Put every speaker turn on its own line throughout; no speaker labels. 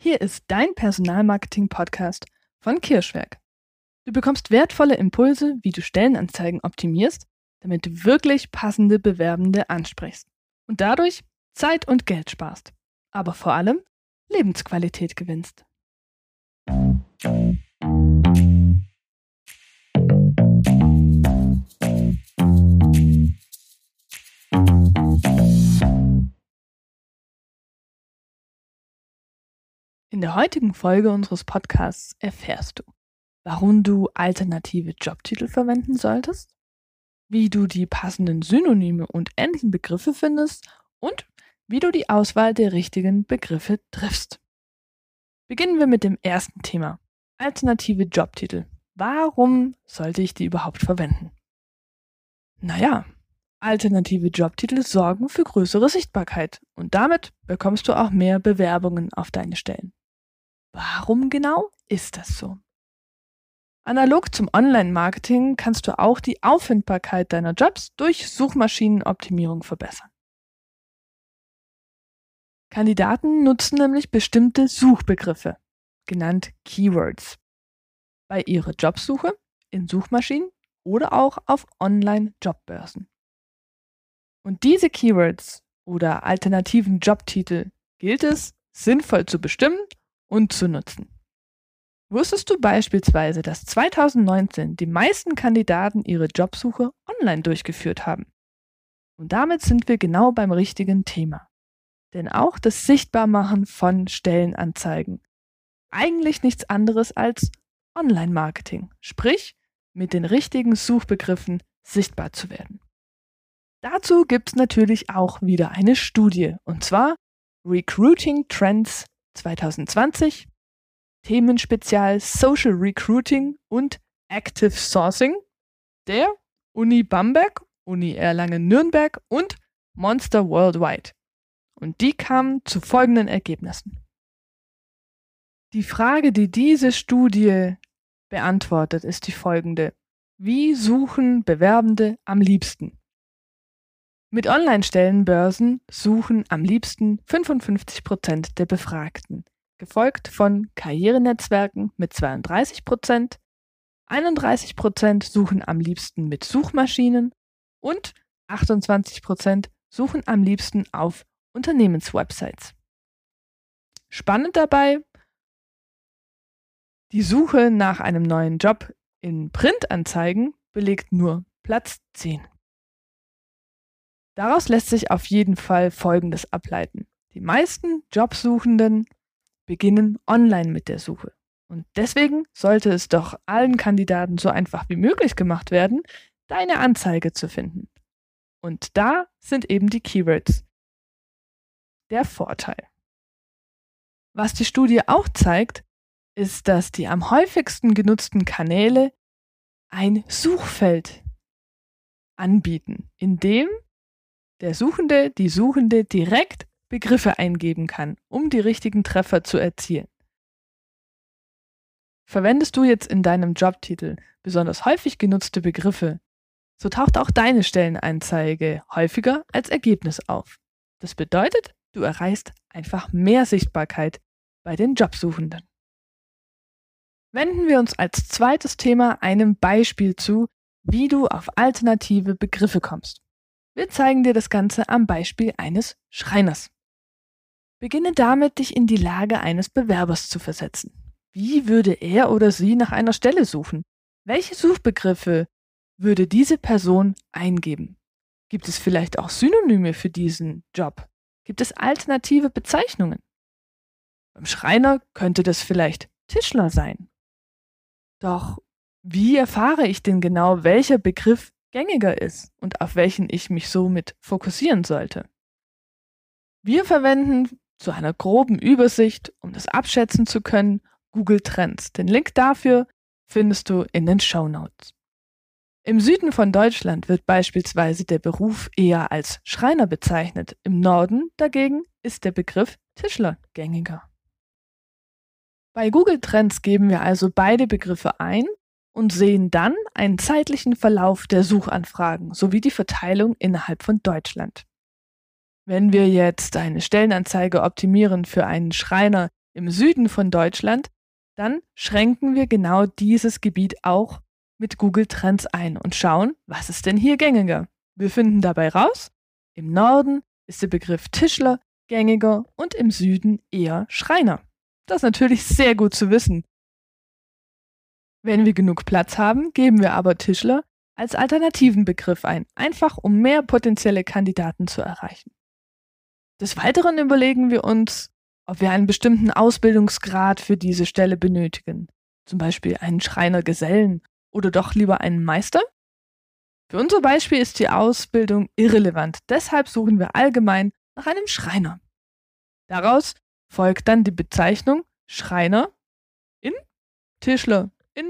Hier ist dein Personalmarketing-Podcast von Kirschwerk. Du bekommst wertvolle Impulse, wie du Stellenanzeigen optimierst, damit du wirklich passende Bewerbende ansprichst und dadurch Zeit und Geld sparst, aber vor allem Lebensqualität gewinnst. In der heutigen Folge unseres Podcasts erfährst du, warum du alternative Jobtitel verwenden solltest, wie du die passenden Synonyme und ähnlichen Begriffe findest und wie du die Auswahl der richtigen Begriffe triffst. Beginnen wir mit dem ersten Thema: alternative Jobtitel. Warum sollte ich die überhaupt verwenden? Naja, alternative Jobtitel sorgen für größere Sichtbarkeit und damit bekommst du auch mehr Bewerbungen auf deine Stellen. Warum genau ist das so? Analog zum Online-Marketing kannst du auch die Auffindbarkeit deiner Jobs durch Suchmaschinenoptimierung verbessern. Kandidaten nutzen nämlich bestimmte Suchbegriffe, genannt Keywords, bei ihrer Jobsuche in Suchmaschinen oder auch auf Online-Jobbörsen. Und diese Keywords oder alternativen Jobtitel gilt es, sinnvoll zu bestimmen und zu nutzen. Wusstest du beispielsweise, dass 2019 die meisten Kandidaten ihre Jobsuche online durchgeführt haben? Und damit sind wir genau beim richtigen Thema. Denn auch das Sichtbarmachen von Stellenanzeigen eigentlich nichts anderes als Online-Marketing, sprich mit den richtigen Suchbegriffen sichtbar zu werden. Dazu gibt es natürlich auch wieder eine Studie, und zwar Recruiting Trends 2020, Themenspezial Social Recruiting und Active Sourcing der Uni Bamberg, Uni Erlangen-Nürnberg und Monster Worldwide. Und die kamen zu folgenden Ergebnissen. Die Frage, die diese Studie beantwortet, ist die folgende: Wie suchen Bewerbende am liebsten? Mit Online-Stellenbörsen suchen am liebsten 55% der Befragten, gefolgt von Karrierenetzwerken mit 32%, 31% suchen am liebsten mit Suchmaschinen und 28% suchen am liebsten auf Unternehmenswebsites. Spannend dabei: Die Suche nach einem neuen Job in Printanzeigen belegt nur Platz 10. Daraus lässt sich auf jeden Fall Folgendes ableiten: Die meisten Jobsuchenden beginnen online mit der Suche. Und deswegen sollte es doch allen Kandidaten so einfach wie möglich gemacht werden, deine Anzeige zu finden. Und da sind eben die Keywords der Vorteil. Was die Studie auch zeigt, ist, dass die am häufigsten genutzten Kanäle ein Suchfeld anbieten, in dem der Suchende, die Suchende direkt Begriffe eingeben kann, um die richtigen Treffer zu erzielen. Verwendest du jetzt in deinem Jobtitel besonders häufig genutzte Begriffe, so taucht auch deine Stellenanzeige häufiger als Ergebnis auf. Das bedeutet, du erreichst einfach mehr Sichtbarkeit bei den Jobsuchenden. Wenden wir uns als zweites Thema einem Beispiel zu, wie du auf alternative Begriffe kommst. Wir zeigen dir das Ganze am Beispiel eines Schreiners. Beginne damit, dich in die Lage eines Bewerbers zu versetzen. Wie würde er oder sie nach einer Stelle suchen? Welche Suchbegriffe würde diese Person eingeben? Gibt es vielleicht auch Synonyme für diesen Job? Gibt es alternative Bezeichnungen? Beim Schreiner könnte das vielleicht Tischler sein. Doch wie erfahre ich denn genau, welcher Begriff gängiger ist und auf welchen ich mich somit fokussieren sollte? Wir verwenden zu einer groben Übersicht, um das abschätzen zu können, Google Trends. Den Link dafür findest du in den Shownotes. Im Süden von Deutschland wird beispielsweise der Beruf eher als Schreiner bezeichnet. Im Norden dagegen ist der Begriff Tischler gängiger. Bei Google Trends geben wir also beide Begriffe ein und sehen dann einen zeitlichen Verlauf der Suchanfragen sowie die Verteilung innerhalb von Deutschland. Wenn wir jetzt eine Stellenanzeige optimieren für einen Schreiner im Süden von Deutschland, dann schränken wir genau dieses Gebiet auch mit Google Trends ein und schauen, was ist denn hier gängiger. Wir finden dabei raus, im Norden ist der Begriff Tischler gängiger und im Süden eher Schreiner. Das ist natürlich sehr gut zu wissen. Wenn wir genug Platz haben, geben wir aber Tischler als alternativen Begriff ein, einfach um mehr potenzielle Kandidaten zu erreichen. Des Weiteren überlegen wir uns, ob wir einen bestimmten Ausbildungsgrad für diese Stelle benötigen, zum Beispiel einen Schreinergesellen oder doch lieber einen Meister. Für unser Beispiel ist die Ausbildung irrelevant, deshalb suchen wir allgemein nach einem Schreiner. Daraus folgt dann die Bezeichnung Schreiner in Tischler in.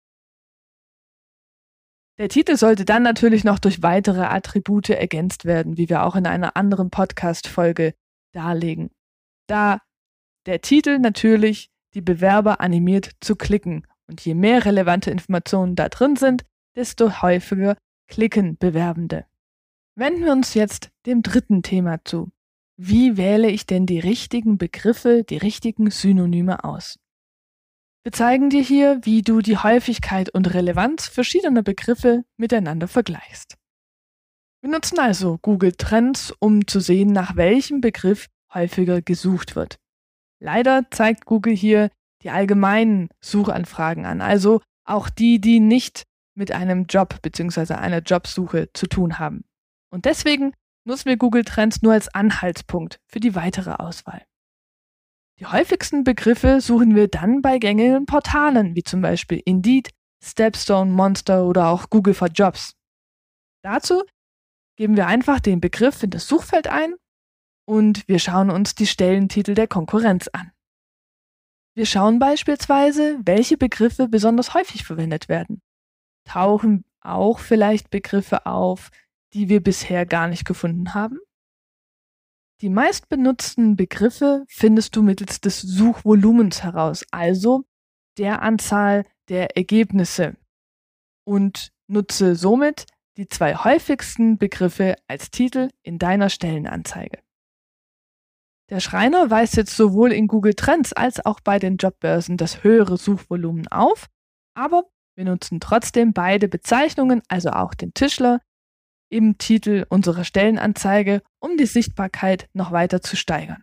Der Titel sollte dann natürlich noch durch weitere Attribute ergänzt werden, wie wir auch in einer anderen Podcast-Folge darlegen. Da der Titel natürlich die Bewerber animiert zu klicken und je mehr relevante Informationen da drin sind, desto häufiger klicken Bewerbende. Wenden wir uns jetzt dem dritten Thema zu. Wie wähle ich denn die richtigen Begriffe, die richtigen Synonyme aus? Wir zeigen dir hier, wie du die Häufigkeit und Relevanz verschiedener Begriffe miteinander vergleichst. Wir nutzen also Google Trends, um zu sehen, nach welchem Begriff häufiger gesucht wird. Leider zeigt Google hier die allgemeinen Suchanfragen an, also auch die, die nicht mit einem Job bzw. einer Jobsuche zu tun haben. Und deswegen nutzen wir Google Trends nur als Anhaltspunkt für die weitere Auswahl. Die häufigsten Begriffe suchen wir dann bei gängigen Portalen, wie zum Beispiel Indeed, Stepstone, Monster oder auch Google for Jobs. Dazu geben wir einfach den Begriff in das Suchfeld ein und wir schauen uns die Stellentitel der Konkurrenz an. Wir schauen beispielsweise, welche Begriffe besonders häufig verwendet werden. Tauchen auch vielleicht Begriffe auf, die wir bisher gar nicht gefunden haben? Die meistbenutzten Begriffe findest du mittels des Suchvolumens heraus, also der Anzahl der Ergebnisse, und nutze somit die 2 häufigsten Begriffe als Titel in deiner Stellenanzeige. Der Schreiner weist jetzt sowohl in Google Trends als auch bei den Jobbörsen das höhere Suchvolumen auf, aber wir nutzen trotzdem beide Bezeichnungen, also auch den Tischler, im Titel unserer Stellenanzeige, um die Sichtbarkeit noch weiter zu steigern.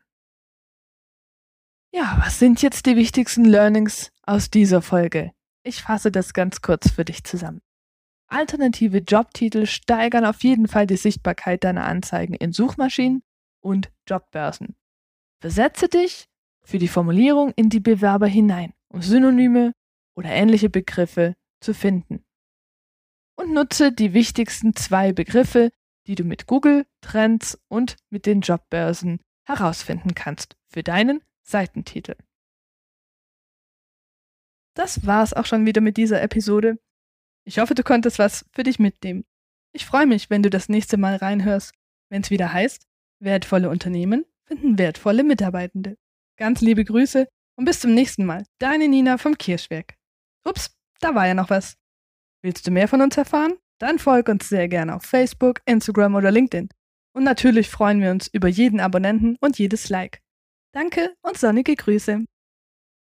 Ja, was sind jetzt die wichtigsten Learnings aus dieser Folge? Ich fasse das ganz kurz für dich zusammen. Alternative Jobtitel steigern auf jeden Fall die Sichtbarkeit deiner Anzeigen in Suchmaschinen und Jobbörsen. Versetze dich für die Formulierung in die Bewerber hinein, um Synonyme oder ähnliche Begriffe zu finden. Und nutze die wichtigsten 2 Begriffe, die du mit Google Trends und mit den Jobbörsen herausfinden kannst für deinen Seitentitel. Das war's auch schon wieder mit dieser Episode. Ich hoffe, du konntest was für dich mitnehmen. Ich freue mich, wenn du das nächste Mal reinhörst, wenn es wieder heißt, wertvolle Unternehmen finden wertvolle Mitarbeitende. Ganz liebe Grüße und bis zum nächsten Mal. Deine Nina vom Kirschwerk. Ups, da war ja noch was. Willst du mehr von uns erfahren? Dann folg uns sehr gerne auf Facebook, Instagram oder LinkedIn. Und natürlich freuen wir uns über jeden Abonnenten und jedes Like. Danke und sonnige Grüße.